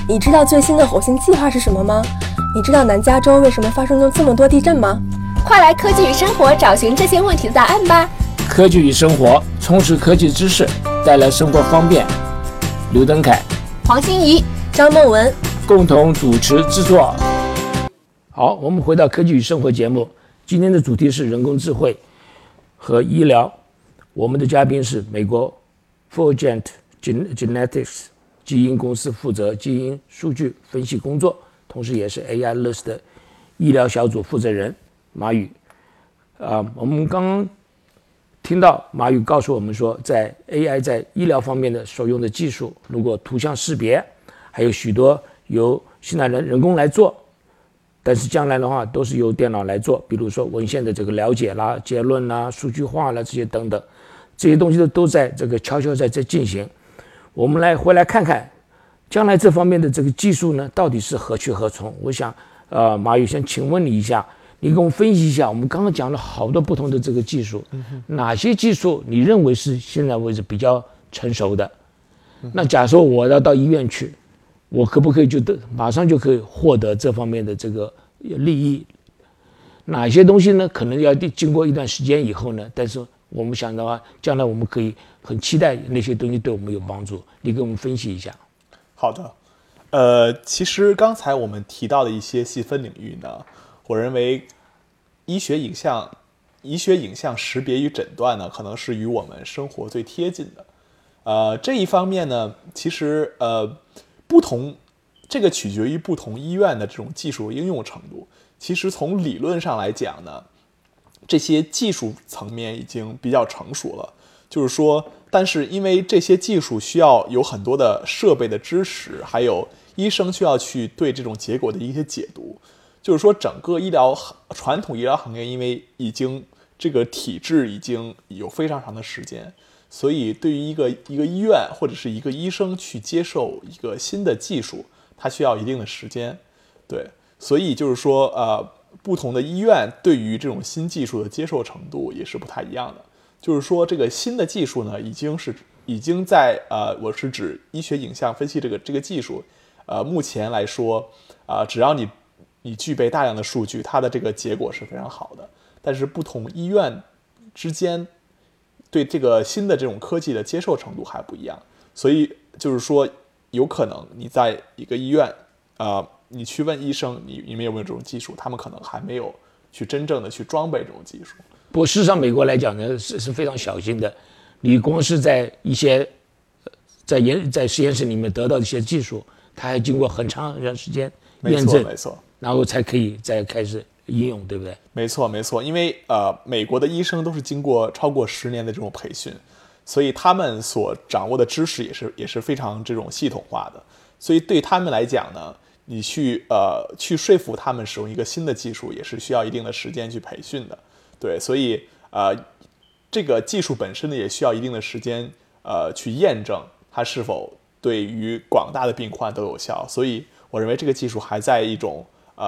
你知道最新的火星计划是什么吗？你知道南加州为什么发生了这么多地震吗？ 快来科技与生活找寻这些问题的答案吧！ 科技与生活，充实科技知识，带来生活方便。刘登凯、 黄欣怡、 张梦文共同主持制作。好，我们回到科技与生活节目，今天的主题是人工智慧和医疗。我们的嘉宾是美国 Fulgent Genetics 基因公司负责基因数据分析工作，同时也是 AI-LIS 的医疗小组负责人马宇。我们刚刚听到马宇告诉我们说，在 AI 在医疗方面的所用的技术，如果图像识别，还有许多由现在人工来做，但是将来的话都是由电脑来做，比如说文献的这个了解啦、结论啦、数据化啦这些等等，这些东西都在这个悄悄在进行。我们回来看看，将来这方面的这个技术呢，到底是何去何从？我想，马宇先请问你一下。你给我们分析一下，我们刚刚讲了好多不同的这个技术，哪些技术你认为是现在为止比较成熟的？那假设我要到医院去，我可不可以马上就可以获得这方面的这个利益？哪些东西呢？可能要经过一段时间以后呢？但是我们想的话，将来我们可以很期待那些东西对我们有帮助。你给我们分析一下。 好的，其实刚才我们提到的一些细分领域呢，我认为医学影像识别与诊断呢，可能是与我们生活最贴近的。这一方面呢，其实这个取决于不同医院的这种技术应用程度。其实从理论上来讲呢，这些技术层面已经比较成熟了。就是说，但是因为这些技术需要有很多的设备的支持，还有医生需要去对这种结果的一些解读。就是说，整个传统医疗行业，因为已经这个体制已经有非常长的时间，所以对于一个医院或者是一个医生去接受一个新的技术，它需要一定的时间。对，所以就是说，不同的医院对于这种新技术的接受程度也是不太一样的。就是说，这个新的技术呢，已经在我是指医学影像分析这个技术，目前来说，只要你具备大量的数据，它的这个结果是非常好的。但是不同医院之间对这个新的这种科技的接受程度还不一样，所以就是说，有可能你在一个医院，你去问医生你们有没有这种技术，他们可能还没有去真正的去装备这种技术。 不过事实上，美国来讲呢是非常小心的，你光是在一些在实验室里面得到的一些技术，它还经过很长时间验证， 没错。 然后才可以再开始应用，对不对？ 没错，因为美国的医生都是经过超过10年的这种培训，所以他们所掌握的知识也是非常这种系统化的，所以对他们来讲呢，你去说服他们使用一个新的技术，也是需要一定的时间去培训的。对，所以这个技术本身呢，也需要一定的时间去验证它是否对于广大的病患都有效，所以我认为这个技术还在一种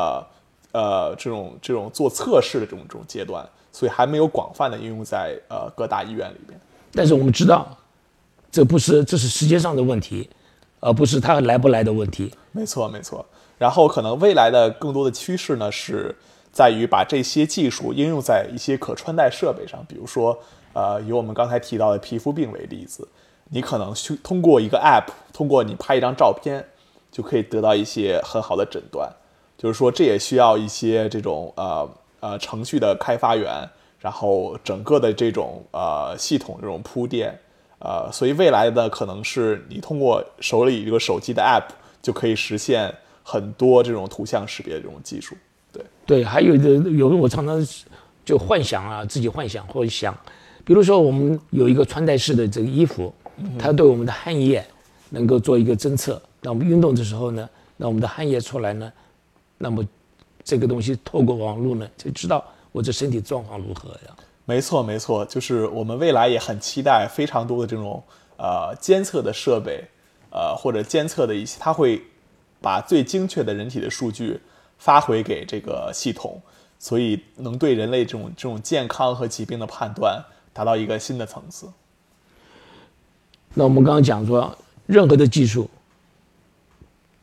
这种做测试的这种阶段，所以还没有广泛的应用在各大医院里边。 但是我们知道，这是时间上的问题，而不是它来不来的问题。 没错。然后可能未来的更多的趋势呢，是在于把这些技术应用在一些可穿戴设备上，比如说以我们刚才提到的皮肤病为例子，你可能通过一个 App， 通过你拍一张照片，就可以得到一些很好的诊断。就是说，这也需要一些这种程序的开发员，然后整个的这种系统这种铺垫，所以未来的可能是你通过手里一个手机的 App 就可以实现很多这种图像识别的这种技术。 对，还有我常常就自己幻想或者想，比如说我们有一个穿戴式的这个衣服，它对我们的汗液能够做一个侦测，那我们运动的时候呢，那我们的汗液出来呢，那么这个东西透过网络呢，就知道我这身体状况如何呀。 没错，就是我们未来也很期待非常多的这种监测的设备，或者监测的一些，它会把最精确的人体的数据发回给这个系统，所以能对人类这种健康和疾病的判断达到一个新的层次。 那我们刚刚讲说，任何的技术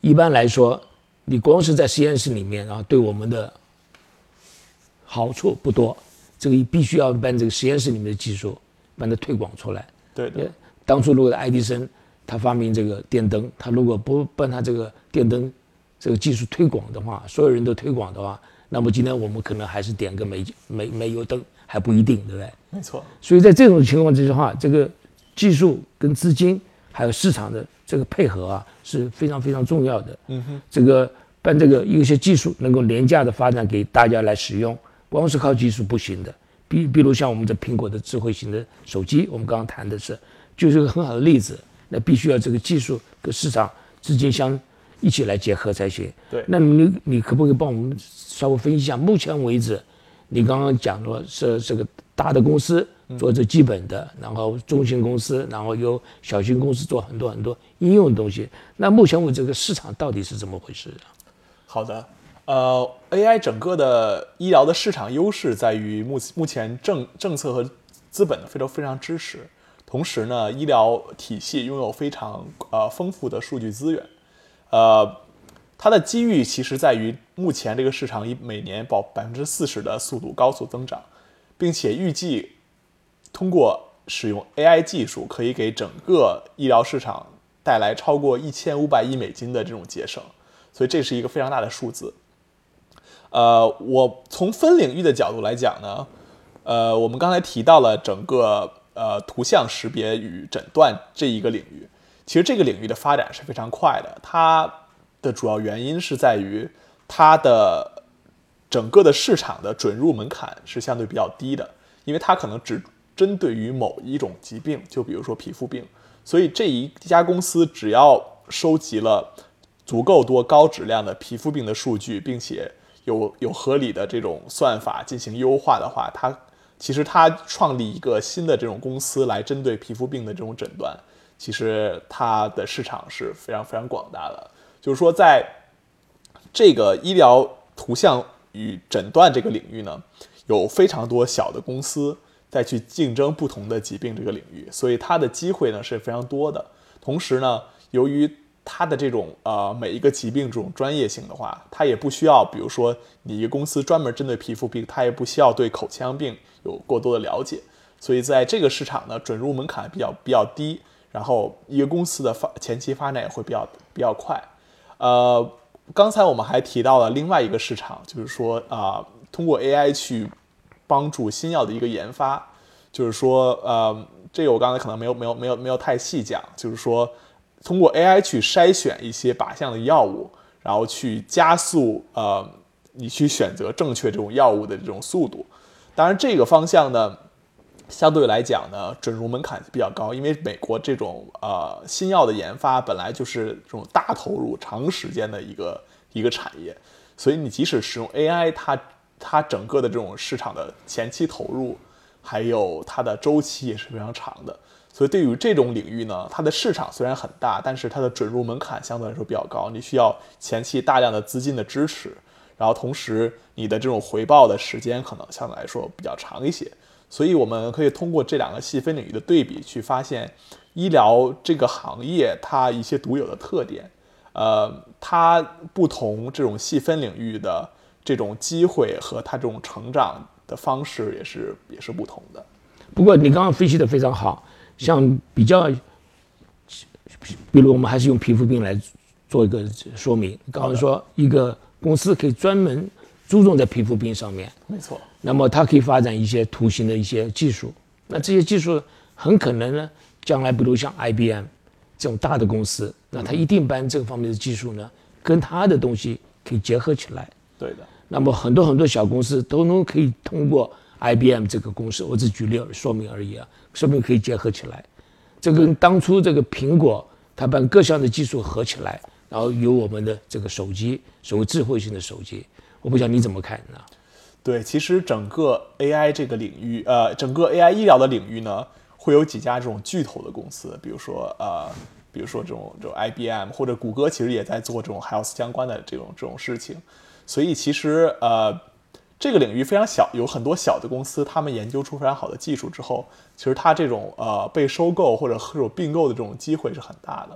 一般来说，你光是在实验室里面对我们的好处不多，这个必须要把这个实验室里面的技术把它推广出来。 对的。 当初如果爱迪生他发明这个电灯，他如果不把他这个电灯这个技术推广的话，所有人都推广的话，那么今天我们可能还是点个煤油灯还不一定，对不对？ 没错。 所以在这种情况之下，这个技术跟资金还有市场的这个配合是非常非常重要的。这个办这个一些技术能够廉价的发展给大家来使用，光是靠技术不行的。比如像我们的苹果的智慧型的手机，我们刚刚谈的就是个很好的例子。那必须要这个技术跟市场之间一起来结合才行。 对。 那你可不可以帮我们稍微分析一下，目前为止，你刚刚讲了是这个大的公司做这基本的，然后中型公司，然后有小型公司做很多很多应用的东西。那目前为止这个市场到底是怎么回事？ 好的。AI 整个的医疗的市场优势在于目前政策和资本的非常支持，同时呢，医疗体系拥有非常丰富的数据资源，它的机遇其实在于目前这个市场以每年40%的速度高速增长，并且预计通过使用 AI 技术可以给整个医疗市场带来超过1500亿美金的这种节省，所以这是一个非常大的数字。我从分领域的角度来讲呢，我们刚才提到了整个图像识别与诊断这一个领域，其实这个领域的发展是非常快的，它的主要原因是在于它的整个的市场的准入门槛是相对比较低的，因为它可能只针对于某一种疾病，就比如说皮肤病，所以这一家公司只要收集了足够多高质量的皮肤病的数据，并且有合理的这种算法进行优化的话，其实它创立一个新的这种公司来针对皮肤病的这种诊断，其实它的市场是非常非常广大的。就是说，在这个医疗图像与诊断这个领域呢，有非常多小的公司在去竞争不同的疾病这个领域，所以它的机会呢是非常多的。同时呢，由于它的这种每一个疾病这种专业性的话，它也不需要，比如说你一个公司专门针对皮肤病，它也不需要对口腔病有过多的了解，所以在这个市场呢，准入门槛比较低，然后一个公司的前期发展也会比较快。刚才我们还提到了另外一个市场，就是说通过 AI 去帮助新药的一个研发，就是说这个我刚才可能没有太细讲，就是说通过 AI 去筛选一些靶向的药物，然后去加速你去选择正确这种药物的这种速度。当然这个方向呢相对来讲呢准入门槛比较高，因为美国这种新药的研发本来就是这种大投入长时间的一个产业，所以你即使使用 AI， 它整个的这种市场的前期投入还有它的周期也是非常长的。所以对于这种领域呢，它的市场虽然很大，但是它的准入门槛相对来说比较高，你需要前期大量的资金的支持，然后同时你的这种回报的时间可能相对来说比较长一些。所以我们可以通过这两个细分领域的对比去发现医疗这个行业它一些独有的特点，它不同这种细分领域的这种机会和它这种成长的方式也是不同的。 不过你刚刚分析的非常好，像比如我们还是用皮肤病来做一个说明。刚刚说一个公司可以专门注重在皮肤病上面， 没错。 那么它可以发展一些图形的一些技术，那这些技术很可能呢，将来比如像 IBM 这种大的公司，那它一定把这个方面的技术呢，跟它的东西可以结合起来。 对的。 那么很多小公司都可以通过 IBM 这个公司，我只举例说明而已说明可以结合起来。这跟当初这个苹果它把各项的技术合起来，然后有我们的这个手机，所谓智慧型的手机，我不晓得你怎么看呢？ 对，其实整个 AI 这个领域，整个 AI 医疗的领域呢，会有几家这种巨头的公司，比如说这种 IBM 或者谷歌，其实也在做这种 health 相关的这种事情。所以其实这个领域非常小，有很多小的公司，他们研究出非常好的技术之后，其实它这种被收购或者并购的这种机会是很大的。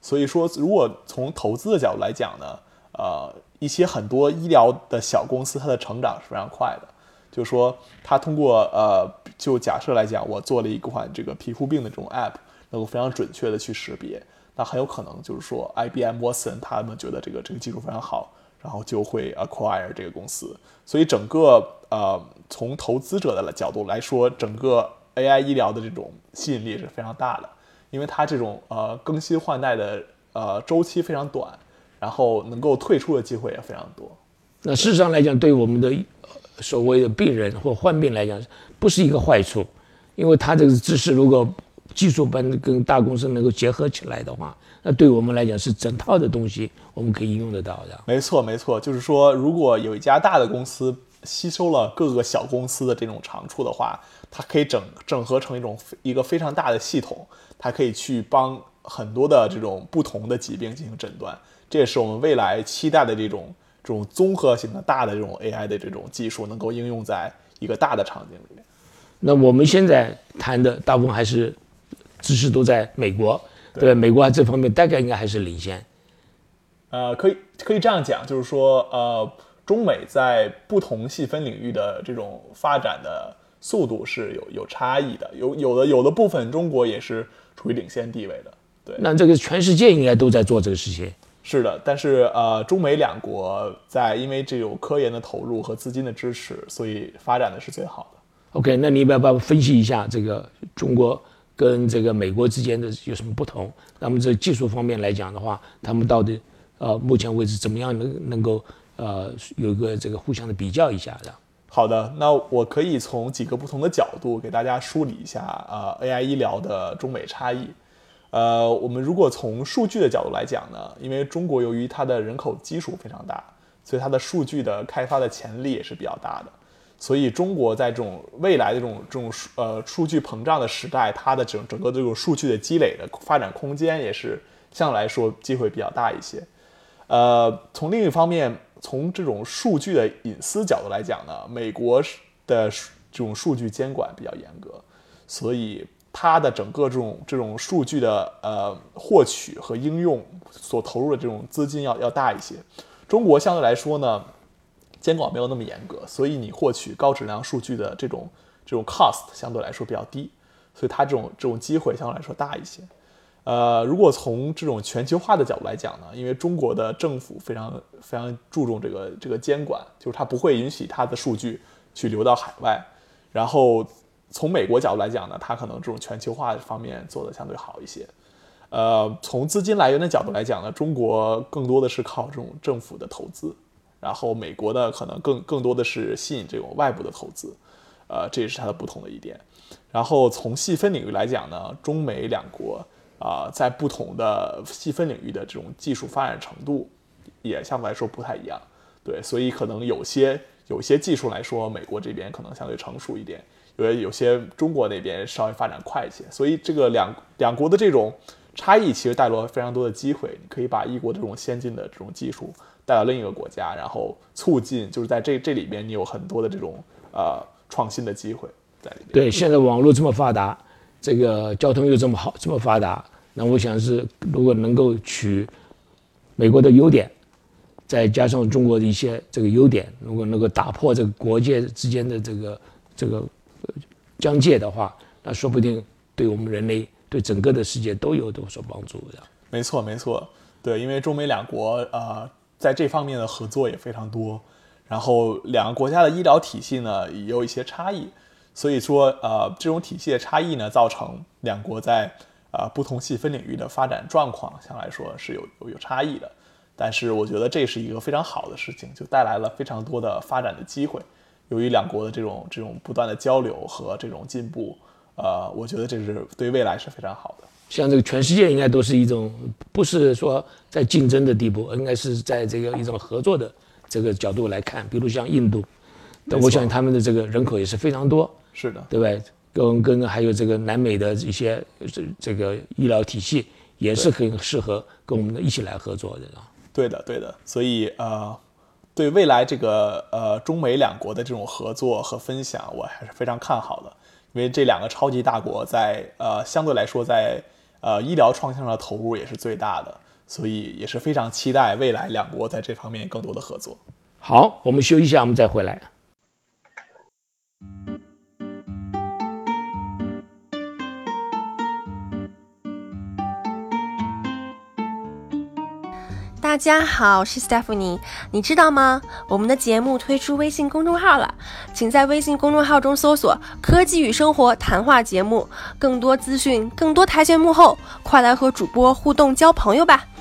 所以说，如果从投资的角度来讲呢，一些很多医疗的小公司，它的成长是非常快的。就是说，它通过就假设来讲，我做了一款这个皮肤病的这种 app， 能够非常准确的去识别，那很有可能就是说 IBM Watson 他们觉得这个技术非常好，然后就会 acquire 这个公司。所以整个从投资者的角度来说，整个 AI 医疗的这种吸引力是非常大的，因为它这种更新换代的周期非常短，然后能够退出的机会也非常多。 那事实上来讲，对我们的所谓的病人或患病来讲，不是一个坏处，因为他这个知识如果技术班跟大公司能够结合起来的话，那对我们来讲是整套的东西，我们可以应用得到的。 没错，没错，就是说，如果有一家大的公司吸收了各个小公司的这种长处的话，它可以整合成一个非常大的系统，它可以去帮很多的这种不同的疾病进行诊断。这也是我们未来期待的这种综合型的大的这种 AI 的这种技术能够应用在一个大的场景里面。那我们现在谈的大部分还是知识都在美国，对，美国这方面大概应该还是领先。 可以这样讲，就是说中美在不同细分领域的这种发展的速度是有差异的，有的部分中国也是处于领先地位的。对， 那这个全世界应该都在做这个事情。 是的，但是中美两国因为这种科研的投入和资金的支持，所以发展的是最好的。 OK， 那你要不要分析一下这个中国跟这个美国之间的有什么不同？那么这技术方面来讲的话，他们到底目前为止怎么样能够有一个这个互相的比较一下的？ 好的，那我可以从几个不同的角度给大家梳理一下AI 医疗的中美差异。我们如果从数据的角度来讲呢，因为中国由于它的人口基数非常大，所以它的数据的开发的潜力也是比较大的。所以中国在这种未来的这种数据膨胀的时代，它的整个这种数据的积累的发展空间也是相对来说机会比较大一些。从另一方面，从这种数据的隐私角度来讲呢，美国的这种数据监管比较严格，所以它的整个这种数据的获取和应用所投入的这种资金要大一些。中国相对来说呢，监管没有那么严格，所以你获取高质量数据的这种 cost 相对来说比较低，所以它这种机会相对来说大一些。如果从这种全球化的角度来讲呢，因为中国的政府非常非常注重这个监管，就是它不会允许它的数据去流到海外。然后从美国角度来讲呢，它可能这种全球化方面做得相对好一些。从资金来源的角度来讲呢，中国更多的是靠这种政府的投资，然后美国呢可能更多的是吸引这种外部的投资，这也是它的不同的一点。然后从细分领域来讲呢，中美两国在不同的细分领域的这种技术发展程度也相对来说不太一样。对，所以可能有些技术来说，美国这边可能相对成熟一点，有些中国那边稍微发展快一些。所以这个两国的这种差异其实带来了非常多的机会，你可以把一国的这种先进的这种技术带到另一个国家，然后促进就是在这里边你有很多的这种创新的机会在里面。 对，现在网络这么发达，这个交通又这么好这么发达，那我想是如果能够取美国的优点，再加上中国的一些这个优点，如果能够打破这个国界之间的这个疆界的话，那说不定对我们人类对整个的世界都有所帮助的。 没错没错，对，因为中美两国在这方面的合作也非常多，然后两个国家的医疗体系呢也有一些差异，所以说这种体系的差异呢，造成两国在不同细分领域的发展状况相对来说是有差异的。但是我觉得这是一个非常好的事情，就带来了非常多的发展的机会。由于两国的这种不断的交流和这种进步，我觉得这是对未来是非常好的。 像这个全世界应该都是一种不是说在竞争的地步，应该是在这个一种合作的这个角度来看。比如像印度，我想他们的这个人口也是非常多， 是的， 对不对？跟还有这个南美的一些这个医疗体系也是很适合跟我们一起来合作的。 对的，对的。所以对未来这个中美两国的这种合作和分享，我还是非常看好的。因为这两个超级大国在相对来说在医疗创新上的投入也是最大的，所以也是非常期待未来两国在这方面更多的合作。 好，我们休息一下，我们再回来。 大家好，我是 Stephanie。你知道吗？我们的节目推出微信公众号了，请在微信公众号中搜索“科技与生活谈话节目”，更多资讯，更多台前幕后，快来和主播互动交朋友吧。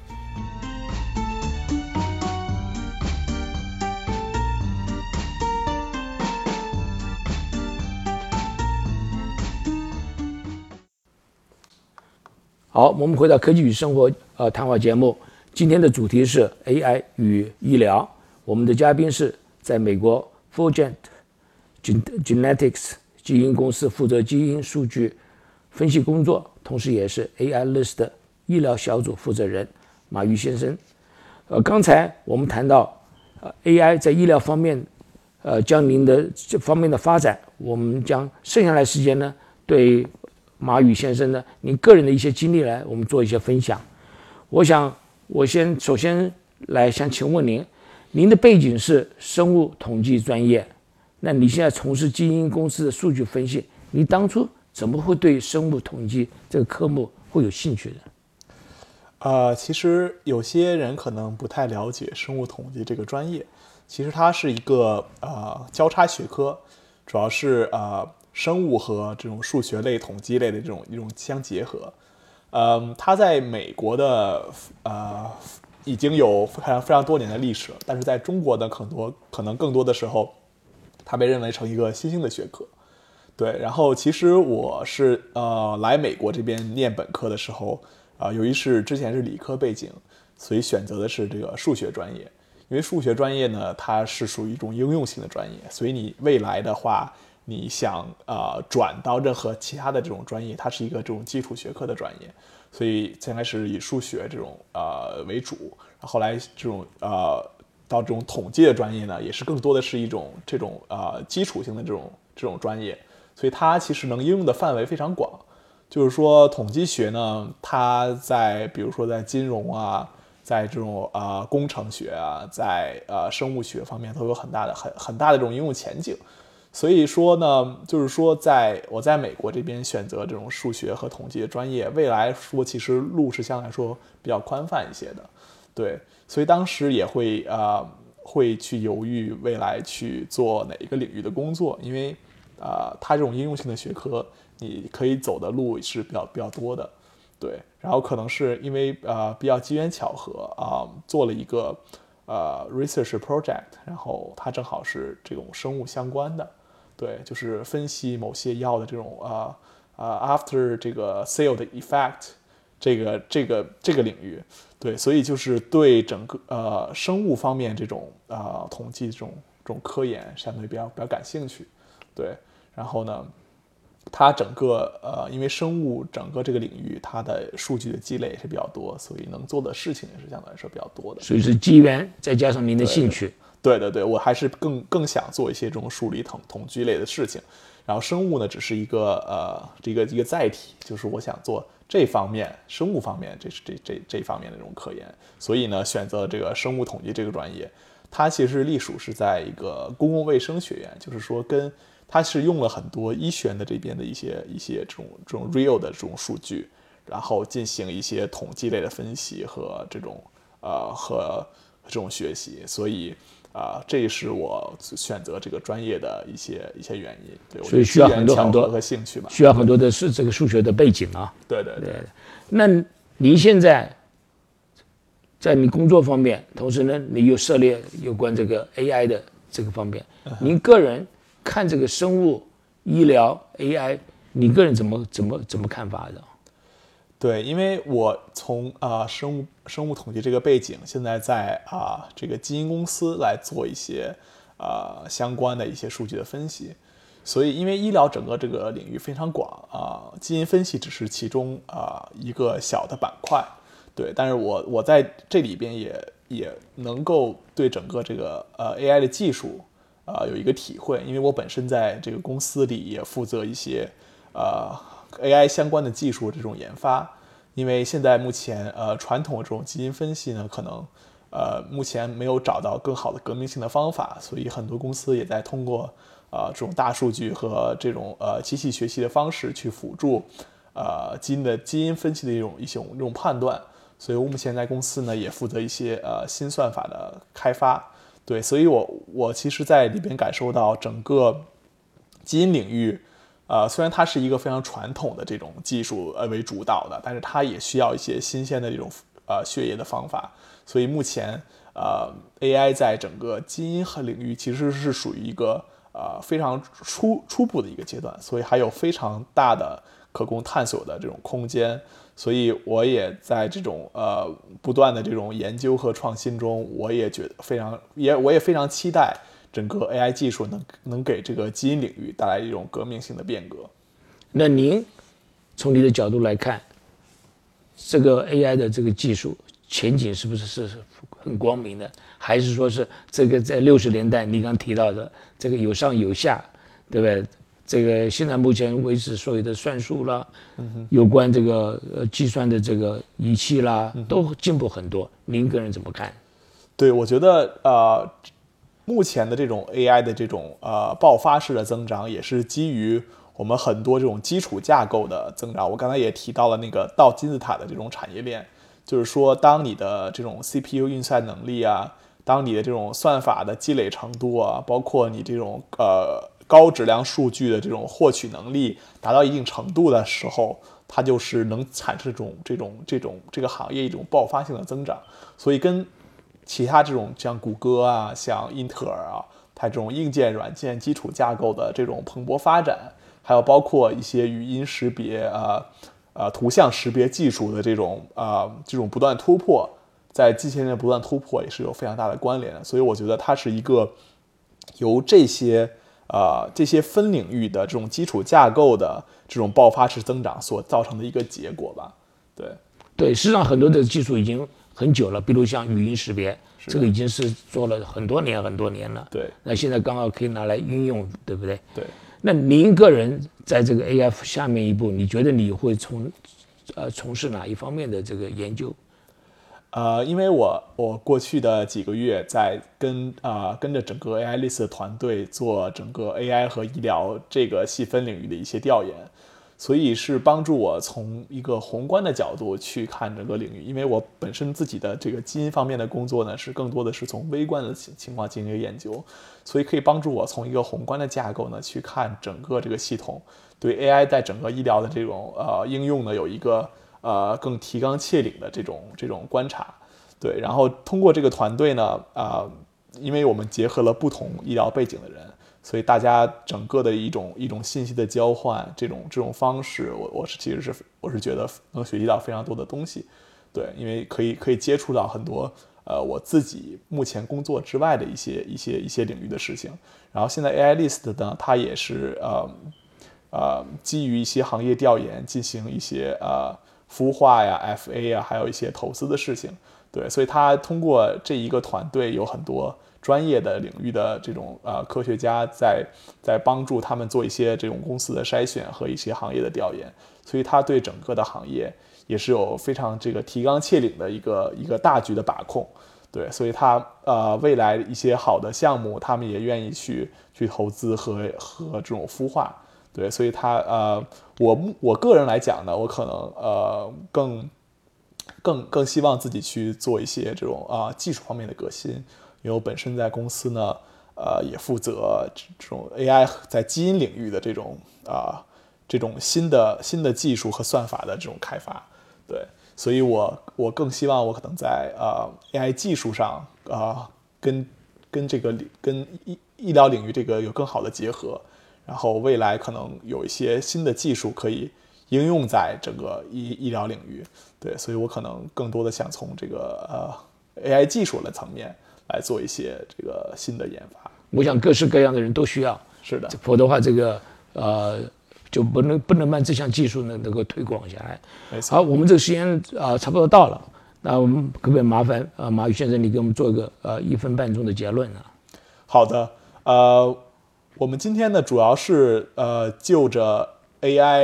好，我们回到科技与生活谈话节目。今天的主题是 AI 与医疗。我们的嘉宾是在美国 Fulgent Genetics 基因公司负责基因数据分析工作，同时也是 AI-List 的医疗小组负责人马玉先生。刚才我们谈到AI 在医疗方面将您的这方面的发展，我们将剩下来时间呢，对马宇先生呢，您个人的一些经历来我们做一些分享。我想我首先来想请问您的背景是生物统计专业，那你现在从事基因公司的数据分析，你当初怎么会对生物统计这个科目会有兴趣的？ 其实有些人可能不太了解生物统计这个专业，其实它是一个交叉学科，主要是生物和这种数学类、统计类的这种一种相结合。它在美国的已经有非常多年的历史了，但是在中国呢，可能更多的时候，它被认为成一个新兴的学科。对，然后其实我是来美国这边念本科的时候，由于是之前是理科背景，所以选择的是这个数学专业。因为数学专业呢，它是属于一种应用性的专业，所以你未来的话，你想转到任何其他的这种专业，它是一个这种基础学科的专业，所以先开始以数学这种为主，后来这种到这种统计的专业呢，也是更多的是一种这种基础性的这种专业，所以它其实能应用的范围非常广。就是说统计学呢，它在比如说在金融啊，在这种工程学啊，在生物学方面都有很大的这种应用前景。所以说呢，就是说我在美国这边选择这种数学和统计的专业，未来说其实路是相对来说比较宽泛一些的，对，所以当时也会去犹豫未来去做哪一个领域的工作，因为它这种应用性的学科，你可以走的路是比较多的，对，然后可能是因为比较机缘巧合做了一个research project， 然后它正好是这种生物相关的。对，就是分析某些药的这种after 这个 sale 的 effect 这个领域，对，所以就是对整个生物方面这种统计这种科研相对比较感兴趣，对，然后呢，它整个因为生物整个这个领域它的数据的积累是比较多，所以能做的事情也是相对来说比较多的， 所以是机缘再加上您的兴趣。 对，我还是更想做一些这种数理统计类的事情，然后生物呢只是一个一个载体，就是我想做这方面生物方面这方面的这种科研，所以呢选择这个生物统计这个专业，它其实隶属是在一个公共卫生学院，就是说它是用了很多医学院的这边的一些这种 real 的这种数据，然后进行一些统计类的分析和这种学习，所以这也是我选择这个专业的一些原因。对， 所以需要很多和兴趣吧， 需要很多的是这个数学的背景啊。 对。 那您现在在你工作方面，同时呢，你又涉猎有关这个 AI 的这个方面，您个人看这个生物医疗 AI， 你个人怎么看法的？ 对，因为我从生物统计这个背景，现在在这个基因公司来做一些相关的一些数据的分析，所以因为医疗整个这个领域非常广基因分析只是其中一个小的板块，对，但是我在这里边也能够对整个这个AI 的技术有一个体会，因为我本身在这个公司里也负责一些 AI 相关的技术这种研发。因为现在目前传统的这种基因分析呢，可能目前没有找到更好的革命性的方法，所以很多公司也在通过这种大数据和这种机器学习的方式去辅助基因分析的一种判断。所以我目前在公司呢也负责一些新算法的开发。对，所以我其实在里边感受到整个基因领域。虽然它是一个非常传统的这种技术为主导的，但是它也需要一些新鲜的这种血液的方法。所以目前AI 在整个基因和领域其实是属于一个非常初步的一个阶段，所以还有非常大的可供探索的这种空间。所以我也在这种不断的这种研究和创新中，我也觉得我也非常期待。整个 AI 技术能给这个基因领域带来一种革命性的变革。 那您从你的角度来看，这个 AI 的这个技术前景是不是很光明的？还是说是这个在60年代你刚提到的这个有上有下，对不对？这个现在目前为止所有的算术啦，有关这个计算的这个仪器啦，都进步很多。您个人怎么看？ 对，我觉得目前的这种 AI 的这种爆发式的增长，也是基于我们很多这种基础架构的增长。我刚才也提到了那个倒金字塔的这种产业链，就是说，当你的这种 CPU 运算能力啊，当你的这种算法的积累程度啊，包括你这种高质量数据的这种获取能力达到一定程度的时候，它就是能产生这个行业一种爆发性的增长。所以跟其他这种像谷歌啊、像英特尔啊，它这种硬件、软件基础架构的这种蓬勃发展，还有包括一些语音识别图像识别技术的这种不断突破，在机器人的不断突破也是有非常大的关联的。所以我觉得它是一个由这些分领域的这种基础架构的这种爆发式增长所造成的一个结果吧。 对，事实上很多的技术已经很久了，比如像语音识别，这个已经是做了很多年了。 对， 那现在刚好可以拿来运用，对不对？ 对。 那您个人在这个 AI 下面一步，你觉得你会从事哪一方面的这个研究？ 因为我过去的几个月在跟着整个 AI-list 的团队做整个 AI 和医疗这个细分领域的一些调研。所以是帮助我从一个宏观的角度去看整个领域，因为我本身自己的这个基因方面的工作呢，是更多的是从微观的情况进行研究，所以可以帮助我从一个宏观的架构呢去看整个这个系统对 AI 在整个医疗的这种应用呢有一个更提纲挈领的这种观察。对，然后通过这个团队呢因为我们结合了不同医疗背景的人。所以大家整个的一种信息的交换，这种方式，我是觉得能学习到非常多的东西。对，因为可以接触到很多我自己目前工作之外的一些领域的事情。然后现在 AI-list 呢，它也是基于一些行业调研进行一些孵化呀、FA 呀，还有一些投资的事情。对，所以它通过这一个团队有很多专业的领域的这种科学家在帮助他们做一些这种公司的筛选和一些行业的调研，所以他对整个的行业也是有非常这个提纲挈领的一个大局的把控。对，所以他未来一些好的项目，他们也愿意去投资和这种孵化。对，所以他我个人来讲呢，我可能更希望自己去做一些这种技术方面的革新，因为我本身在公司呢，也负责这种 AI 在基因领域的这种新的技术和算法的这种开发。对，所以我更希望我可能在AI 技术上跟医疗领域这个有更好的结合，然后未来可能有一些新的技术可以应用在整个医疗领域。对，所以我可能更多的想从这个AI 技术的层面来做一些这个新的研发。 我想各式各样的人都需要， 是的， 否则的话这个就不能让这项技术能够推广下来。 没错。 好，我们这个时间差不多到了，那我们可不可以麻烦马宇先生你给我们做一个1分半钟的结论呢？ 好的，我们今天呢主要是就着 AI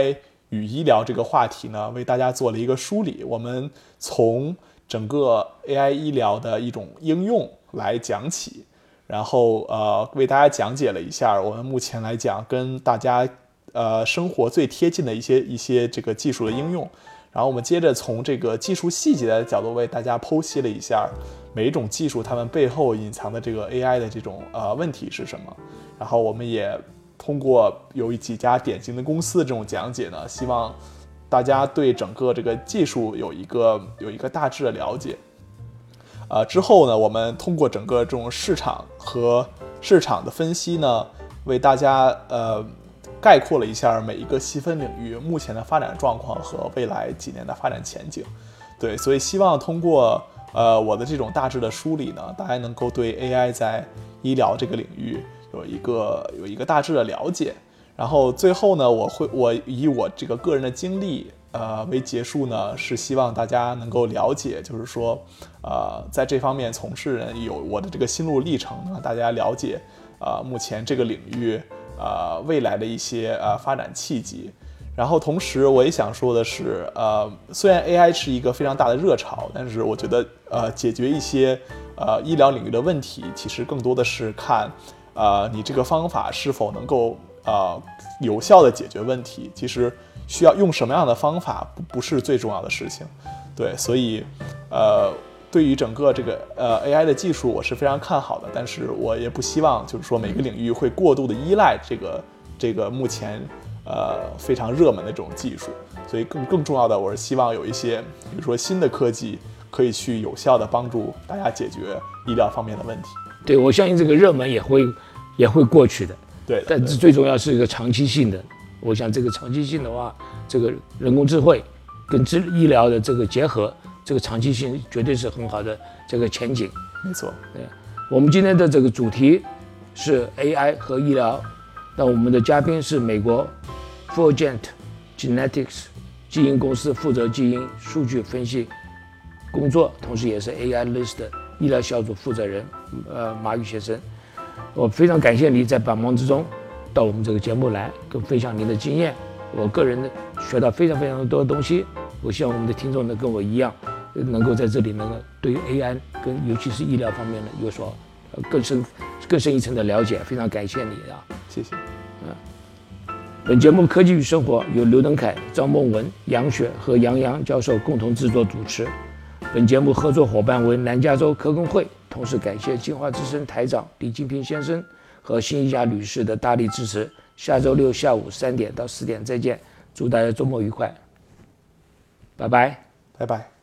与医疗这个话题呢，为大家做了一个梳理。我们从整个 AI 医疗的一种应用来讲起，然后为大家讲解了一下我们目前来讲跟大家生活最贴近的一些这个技术的应用。然后我们接着从这个技术细节的角度为大家剖析了一下每一种技术它们背后隐藏的这个 AI 的这种问题是什么。然后我们也通过有几家典型的公司的这种讲解呢，希望大家对整个这个技术有一个大致的了解。之后呢，我们通过整个这种市场和市场的分析呢，为大家概括了一下每一个细分领域目前的发展状况和未来几年的发展前景。对，所以希望通过我的这种大致的梳理呢，大家能够对 AI 在医疗这个领域有一个大致的了解。然后最后呢，我以我这个个人的经历为结束呢，是希望大家能够了解，就是说在这方面从事人有我的这个心路历程，让大家了解目前这个领域未来的一些发展契机。然后同时我也想说的是，虽然 AI 是一个非常大的热潮，但是我觉得解决一些医疗领域的问题，其实更多的是看你这个方法是否能够有效的解决问题。其实需要用什么样的方法不是最重要的事情。对，所以对于整个这个AI 的技术我是非常看好的，但是我也不希望就是说每个领域会过度的依赖这个目前非常热门的这种技术。所以更重要的，我是希望有一些比如说新的科技可以去有效的帮助大家解决医疗方面的问题。 对，我相信这个热门也会过去的。 对， 但最重要是一个长期性的。我想这个长期性的话，这个人工智慧跟医疗的这个结合，这个长期性绝对是很好的这个前景。 没错。 对，我们今天的这个主题是 AI 和医疗。那我们的嘉宾是美国 Fulgent Genetics 基因公司负责基因数据分析工作，同时也是 AI-List 的医疗小组负责人马宇先生。我非常感谢你在百忙之中到我们这个节目来跟分享您的经验，我个人学到非常非常多的东西。我希望我们的听众能跟我一样，能够在这里能够对于 AI 跟尤其是医疗方面呢有所更深一层的了解。非常感谢你啊， 谢谢。 本节目《科技与生活》由刘登凯、张梦文、杨雪和杨洋教授共同制作主持。本节目合作伙伴为南加州科工会，同时感谢金华之声台长李金平先生和辛一佳女士的大力支持。下周六下午3点到4点再见，祝大家周末愉快，拜拜， 拜拜。